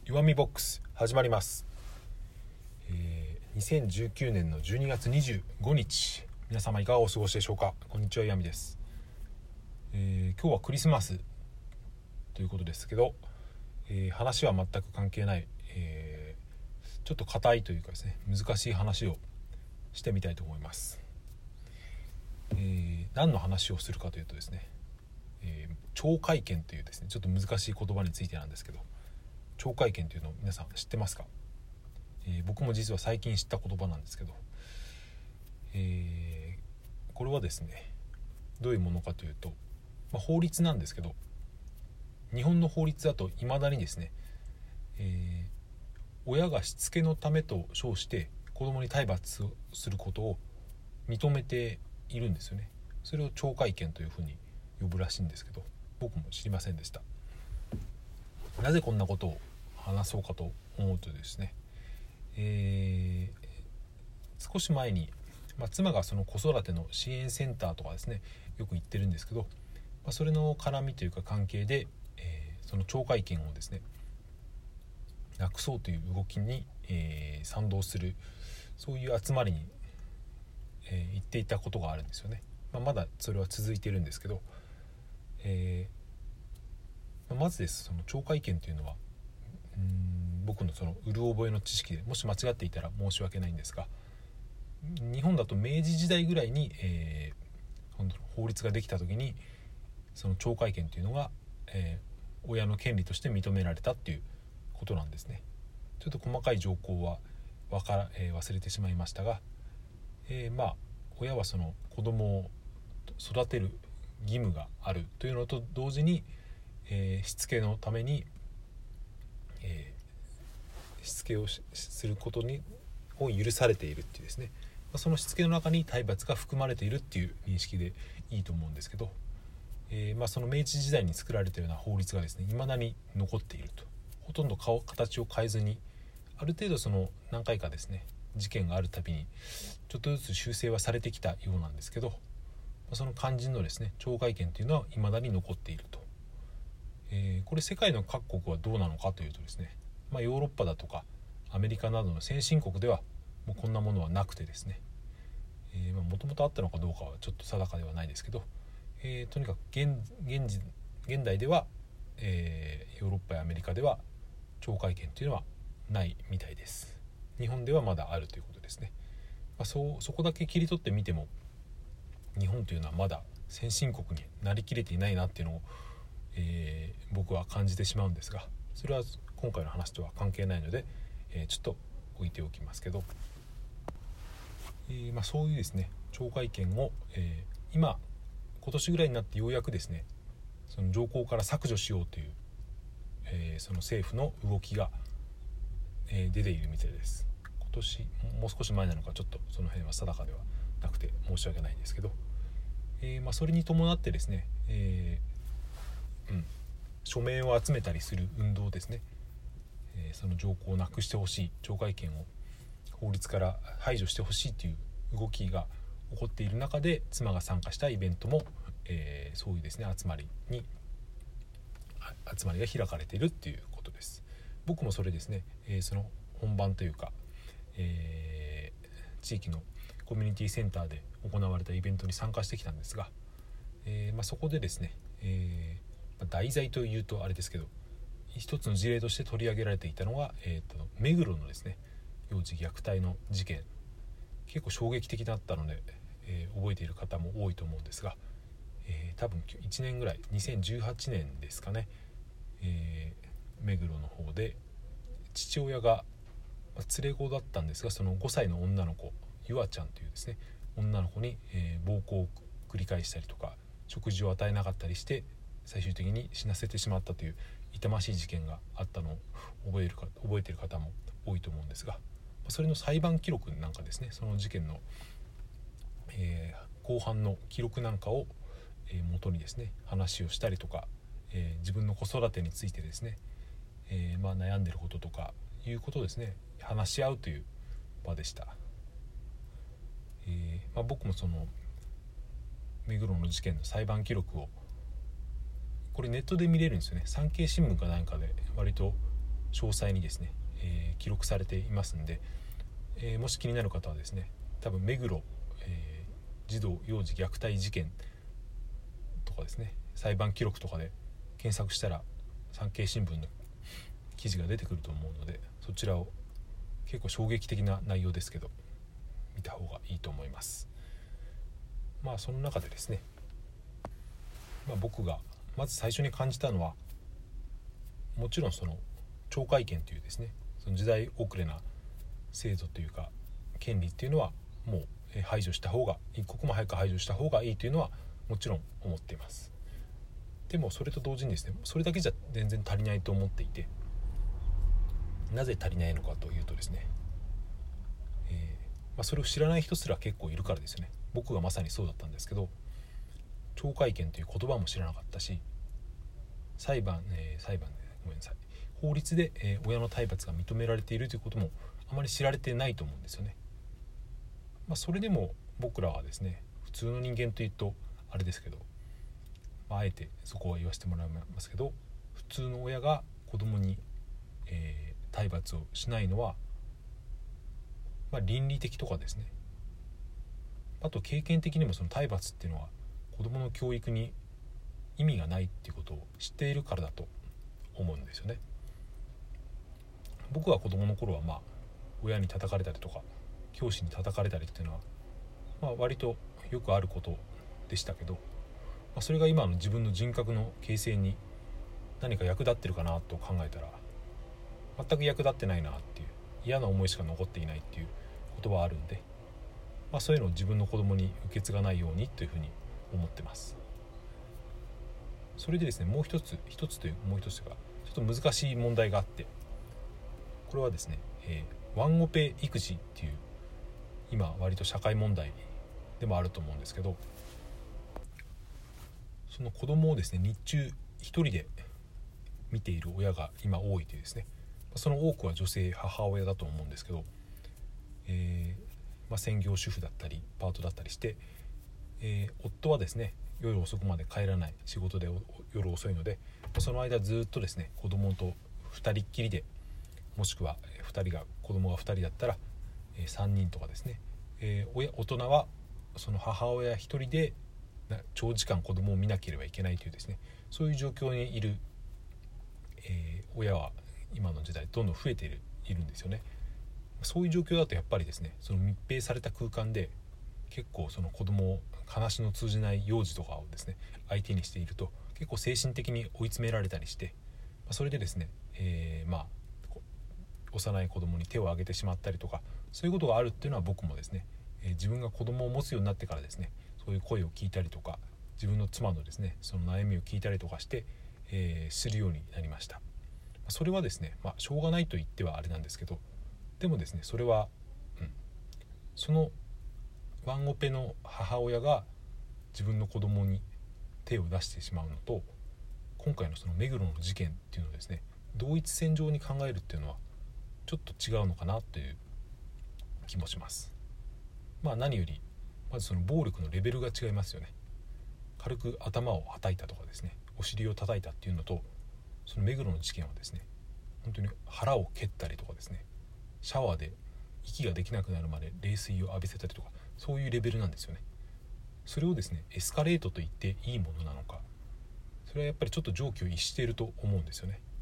弱みボックス始まります。2019年の12月25日、皆様いかがお過ごしでしょうか。こんにちは、岩見です。今日はクリスマスということですけど、話は全く関係ない、ちょっと硬いというかですね、難しい話をしてみたいと思います。何の話をするかというとですね、懲戒権というですね、ちょっと難しい言葉についてなんですけど、懲戒権というのを皆さん知ってますか？僕も実は最近知った言葉なんですけど、これはですね、どういうものかというと、法律なんですけど、日本の法律だと未だにですね、親がしつけのためと称して子供に体罰をすることを認めているんですよね。それを懲戒権というふうに呼ぶらしいんですけど、僕も知りませんでした。なぜこんなことを話そうかと思うとですね、少し前に、妻がその子育ての支援センターとかですね、よく行ってるんですけど、それの絡みというか関係で、その懲戒権をですねなくそうという動きに、賛同する、そういう集まりに、行っていたことがあるんですよね。まだそれは続いているんですけど、まずです、その懲戒権というのは僕のそのうる覚えの知識でもし間違っていたら申し訳ないんですが、日本だと明治時代ぐらいに、法律ができた時にその懲戒権というのが、親の権利として認められたっていうことなんですね。ちょっと細かい条項は忘れてしまいましたが、親はその子供を育てる義務があるというのと同時に、しつけのために、しつけをすることを許されているっていうですね、そのしつけの中に体罰が含まれているっていう認識でいいと思うんですけど、その明治時代に作られたような法律がですね、未だに残っていると。ほとんど形を変えずに、ある程度その何回かですね事件があるたびにちょっとずつ修正はされてきたようなんですけど、その肝心のですね懲戒権というのは未だに残っていると。これ世界の各国はどうなのかというとですね、ヨーロッパだとかアメリカなどの先進国ではもうこんなものはなくてですね、もともとあったのかどうかはちょっと定かではないですけど、とにかく現代では、ヨーロッパやアメリカでは懲戒権というのはないみたいです。日本ではまだあるということですね。そこだけ切り取ってみても、日本というのはまだ先進国になりきれていないなっていうのを、僕は感じてしまうんですが、それは今回の話とは関係ないので、ちょっと置いておきますけど、そういうですね懲戒権を、今年ぐらいになってようやくですねその条項から削除しようという、その政府の動きが、出ているみたいです。今年もう少し前なのかちょっとその辺は定かではなくて申し訳ないんですけど、それに伴ってですね、署名を集めたりする運動ですね、その条項をなくしてほしい、懲戒権を法律から排除してほしいという動きが起こっている中で、妻が参加したイベントも、そういうですね集まりが開かれているっていうことです。僕もそれですね、その本番というか、地域のコミュニティセンターで行われたイベントに参加してきたんですが、そこでですね、題材というとあれですけど、一つの事例として取り上げられていたのが、目黒のですね幼児虐待の事件、結構衝撃的だったので、覚えている方も多いと思うんですが、多分1年ぐらい2018年ですかね、目黒の方で父親が連れ子だったんですが、その5歳の女の子ゆあちゃんというですね女の子に、暴行を繰り返したりとか食事を与えなかったりして最終的に死なせてしまったという痛ましい事件があったのを覚えている方も多いと思うんですが、それの裁判記録なんかですね、その事件の、後半の記録なんかを、元にですね話をしたりとか、自分の子育てについてですね、悩んでることとかいうことをですね話し合うという場でした。僕もその目黒の事件の裁判記録をこれネットで見れるんですよね。産経新聞かなんかで割と詳細にですね、記録されていますんで、もし気になる方はですね、多分目黒、児童幼児虐待事件とかですね、裁判記録とかで検索したら産経新聞の記事が出てくると思うので、そちらを結構衝撃的な内容ですけど見た方がいいと思います。その中でですね、僕がまず最初に感じたのは、もちろんその懲戒権というですね、その時代遅れな制度というか権利っていうのはもう排除した方が、一刻も早く排除した方がいいというのはもちろん思っています。でもそれと同時にですね、それだけじゃ全然足りないと思っていて、なぜ足りないのかというとですね、それを知らない人すら結構いるからですよね。僕がまさにそうだったんですけど、懲戒権という言葉も知らなかったし、裁判でごめんなさい、法律で、親の体罰が認められているということもあまり知られてないと思うんですよね。それでも僕らはですね、普通の人間というとあれですけど、あえてそこは言わせてもらいますけど、普通の親が子供に、体罰をしないのは、倫理的とかですね、あと経験的にもその体罰っていうのは子供の教育に意味がないっていうことを知っているからだと思うんですよね。僕は子供の頃は親に叩かれたりとか教師に叩かれたりっていうのは割とよくあることでしたけど、それが今の自分の人格の形成に何か役立ってるかなと考えたら、全く役立ってないなっていう、嫌な思いしか残っていないっていうことはあるんで、そういうのを自分の子供に受け継がないようにというふうに思ってます。それでですね、もう一つがちょっと難しい問題があって、これはですね、ワンオペ育児っていう今割と社会問題でもあると思うんですけど、その子供をですね、日中一人で見ている親が今多いというですね、その多くは女性母親だと思うんですけど、専業主婦だったりパートだったりして、夫はですね夜遅くまで帰らない、仕事で夜遅いので、その間ずっとですね子供と2人っきりで、もしくは子供が2人だったら3人とかですね、大人はその母親1人で長時間子供を見なければいけないというですね、そういう状況にいる、親は今の時代どんどん増えているんですよね。そういう状況だとやっぱりですね、その密閉された空間で結構その子供を話の通じない幼児とかをですね相手にしていると、結構精神的に追い詰められたりして、それでですね、幼い子供に手を挙げてしまったりとか、そういうことがあるっていうのは僕もですね、自分が子供を持つようになってからですね、そういう声を聞いたりとか、自分の妻のですねその悩みを聞いたりとかして、するようになりました。それはですね、しょうがないと言ってはあれなんですけど、でもですね、それは、そのワンオペの母親が自分の子供に手を出してしまうのと、今回のその目黒の事件っていうのをですね同一線上に考えるっていうのはちょっと違うのかなという気もします。何よりまずその暴力のレベルが違いますよね。軽く頭を叩いたとかですね、お尻を叩いたっていうのと、その目黒の事件はですね、本当に腹を蹴ったりとかですね、シャワーで息ができなくなるまで冷水を浴びせたりとか、そういうレベルなんですよね。それをですねエスカレートと言っていいものなのか、それはやっぱりちょっと常軌を逸していると思うんですよね。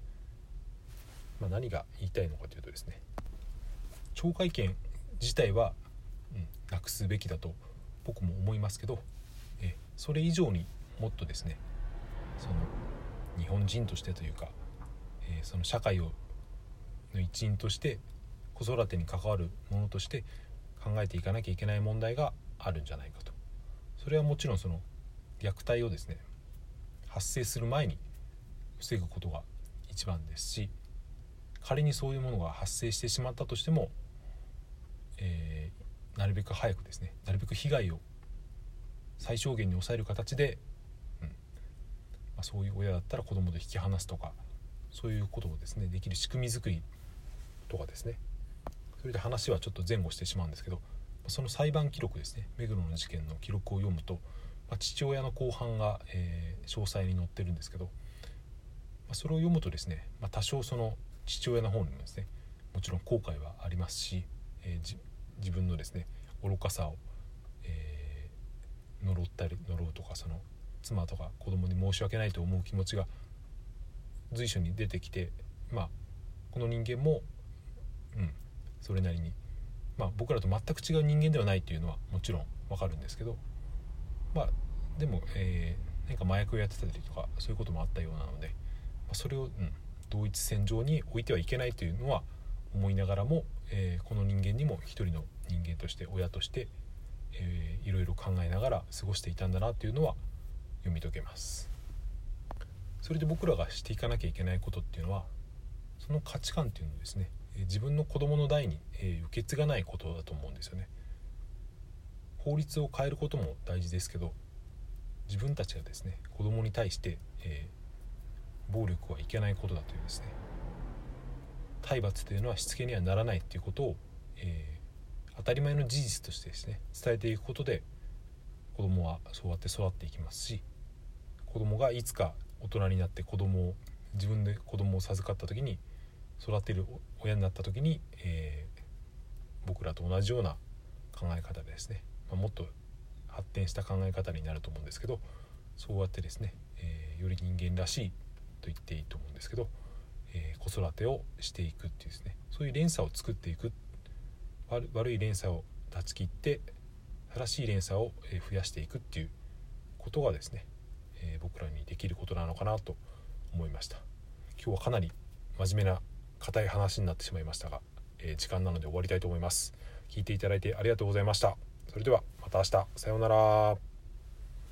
何が言いたいのかというとですね、懲戒権自体は、なくすべきだと僕も思いますけど、それ以上にもっとですね、その日本人としてというか、その社会の一員として子育てに関わるものとして考えていかなきゃいけない問題があるんじゃないかと。それはもちろんその虐待をですね発生する前に防ぐことが一番ですし、仮にそういうものが発生してしまったとしても、なるべく早くですね、なるべく被害を最小限に抑える形で、そういう親だったら子供と引き離すとか、そういうことをですねできる仕組み作りとかですね。それで話はちょっと前後してしまうんですけど、その裁判記録ですね、目黒の事件の記録を読むと、父親の公判が、詳細に載ってるんですけど、それを読むとですね、多少その父親の方にもですねもちろん後悔はありますし、自分のですね愚かさを、呪うとか、その妻とか子供に申し訳ないと思う気持ちが随所に出てきて、この人間も、それなりに、僕らと全く違う人間ではないというのはもちろんわかるんですけど、でも、何か麻薬をやってたりとかそういうこともあったようなので、それを、同一線上に置いてはいけないというのは思いながらも、この人間にも一人の人間として親として、いろいろ考えながら過ごしていたんだなというのは読み解けます。それで僕らがしていかなきゃいけないことっていうのは、その価値観っていうのをですね、自分の子供の代に、受け継がないことだと思うんですよね。法律を変えることも大事ですけど、自分たちがですね子供に対して、暴力はいけないことだというですね、体罰というのはしつけにはならないということを、当たり前の事実としてですね伝えていくことで、子供はそうやって育っていきますし、子供がいつか大人になって自分で子供を授かった時に、育てる親になった時に、僕らと同じような考え方でですね、もっと発展した考え方になると思うんですけど、そうやってですね、より人間らしいと言っていいと思うんですけど、子育てをしていくっていうですね、そういう連鎖を作っていく、悪い連鎖を断ち切って正しい連鎖を増やしていくっていうことがですね、僕らにできることなのかなと思いました。今日はかなり真面目な固い話になってしまいましたが、時間なので終わりたいと思います。聞いていただいてありがとうございました。それではまた明日、さようなら。